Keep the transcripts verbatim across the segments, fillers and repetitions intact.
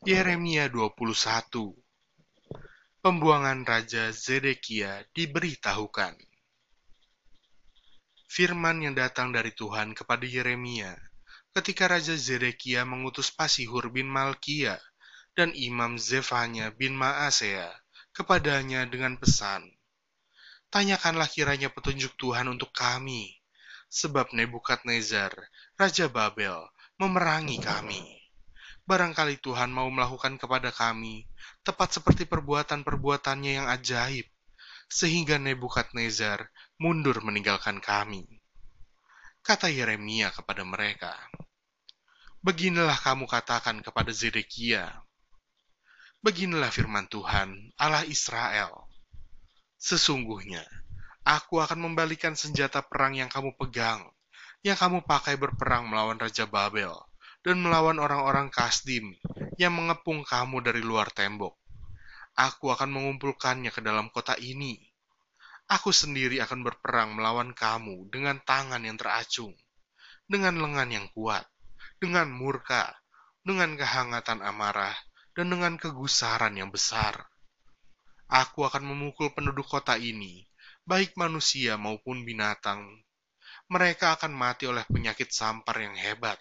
Yeremia dua puluh satu. Pembuangan Raja Zedekia diberitahukan. Firman yang datang dari Tuhan kepada Yeremia ketika Raja Zedekia mengutus Pasihur bin Malkia dan Imam Zefanya bin Maasea kepadanya dengan pesan, "Tanyakanlah kiranya petunjuk Tuhan untuk kami, sebab Nebukadnezar, Raja Babel, memerangi kami. Barangkali Tuhan mau melakukan kepada kami tepat seperti perbuatan-perbuatannya yang ajaib, sehingga Nebukadnezar mundur meninggalkan kami." Kata Yeremia kepada mereka, "Beginilah kamu katakan kepada Zedekia, beginilah firman Tuhan, Allah Israel. Sesungguhnya, aku akan membalikan senjata perang yang kamu pegang, yang kamu pakai berperang melawan Raja Babel, dan melawan orang-orang Kasdim yang mengepung kamu dari luar tembok. Aku akan mengumpulkannya ke dalam kota ini. Aku sendiri akan berperang melawan kamu dengan tangan yang teracung, dengan lengan yang kuat, dengan murka, dengan kehangatan amarah, dan dengan kegusaran yang besar. Aku akan memukul penduduk kota ini, baik manusia maupun binatang. Mereka akan mati oleh penyakit sampar yang hebat.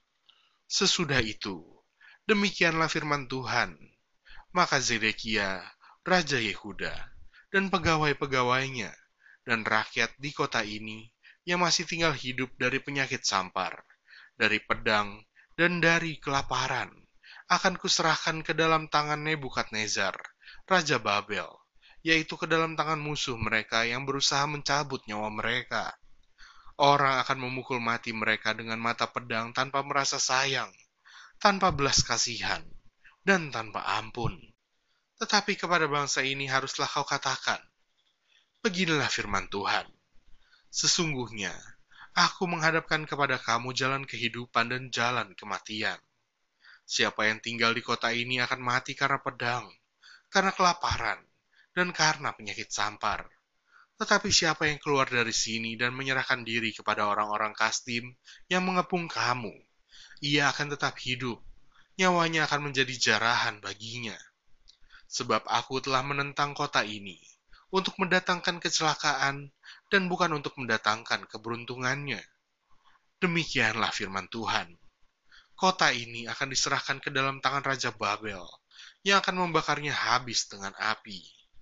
Sesudah itu, demikianlah firman Tuhan. Maka Zedekia, Raja Yehuda, dan pegawai-pegawainya, dan rakyat di kota ini yang masih tinggal hidup dari penyakit sampar, dari pedang, dan dari kelaparan, akan kuserahkan ke dalam tangan Nebukadnezar, Raja Babel, yaitu ke dalam tangan musuh mereka yang berusaha mencabut nyawa mereka. Orang akan memukul mati mereka dengan mata pedang tanpa merasa sayang, tanpa belas kasihan, dan tanpa ampun. Tetapi kepada bangsa ini haruslah kau katakan, beginilah firman Tuhan. Sesungguhnya, aku menghadapkan kepada kamu jalan kehidupan dan jalan kematian. Siapa yang tinggal di kota ini akan mati karena pedang, karena kelaparan, dan karena penyakit sampar. Tetapi siapa yang keluar dari sini dan menyerahkan diri kepada orang-orang Kasdim yang mengepung kamu, ia akan tetap hidup, nyawanya akan menjadi jarahan baginya. Sebab aku telah menentang kota ini untuk mendatangkan kecelakaan dan bukan untuk mendatangkan keberuntungannya. Demikianlah firman Tuhan. Kota ini akan diserahkan ke dalam tangan Raja Babel, yang akan membakarnya habis dengan api.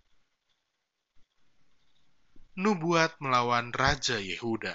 Nubuat melawan Raja Yehuda.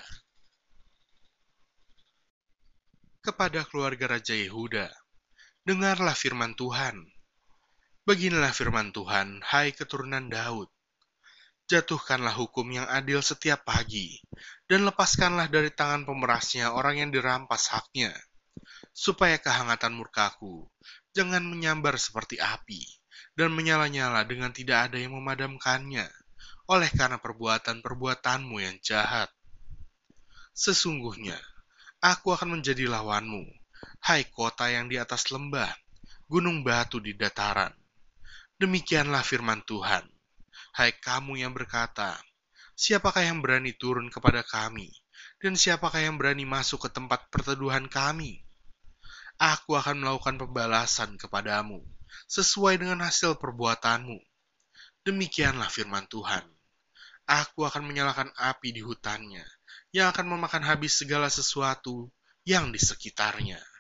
Kepada keluarga Raja Yehuda, dengarlah firman Tuhan. Beginilah firman Tuhan, hai keturunan Daud. Jatuhkanlah hukum yang adil setiap pagi, dan lepaskanlah dari tangan pemerasnya orang yang dirampas haknya, supaya kehangatan murkaku jangan menyambar seperti api, dan menyala-nyala dengan tidak ada yang memadamkannya, oleh karena perbuatan-perbuatanmu yang jahat. Sesungguhnya, aku akan menjadi lawanmu, hai kota yang di atas lembah, gunung batu di dataran. Demikianlah firman Tuhan. Hai kamu yang berkata, siapakah yang berani turun kepada kami, dan siapakah yang berani masuk ke tempat perteduhan kami? Aku akan melakukan pembalasan kepadamu, sesuai dengan hasil perbuatanmu. Demikianlah firman Tuhan. Aku akan menyalakan api di hutannya, yang akan memakan habis segala sesuatu yang di sekitarnya.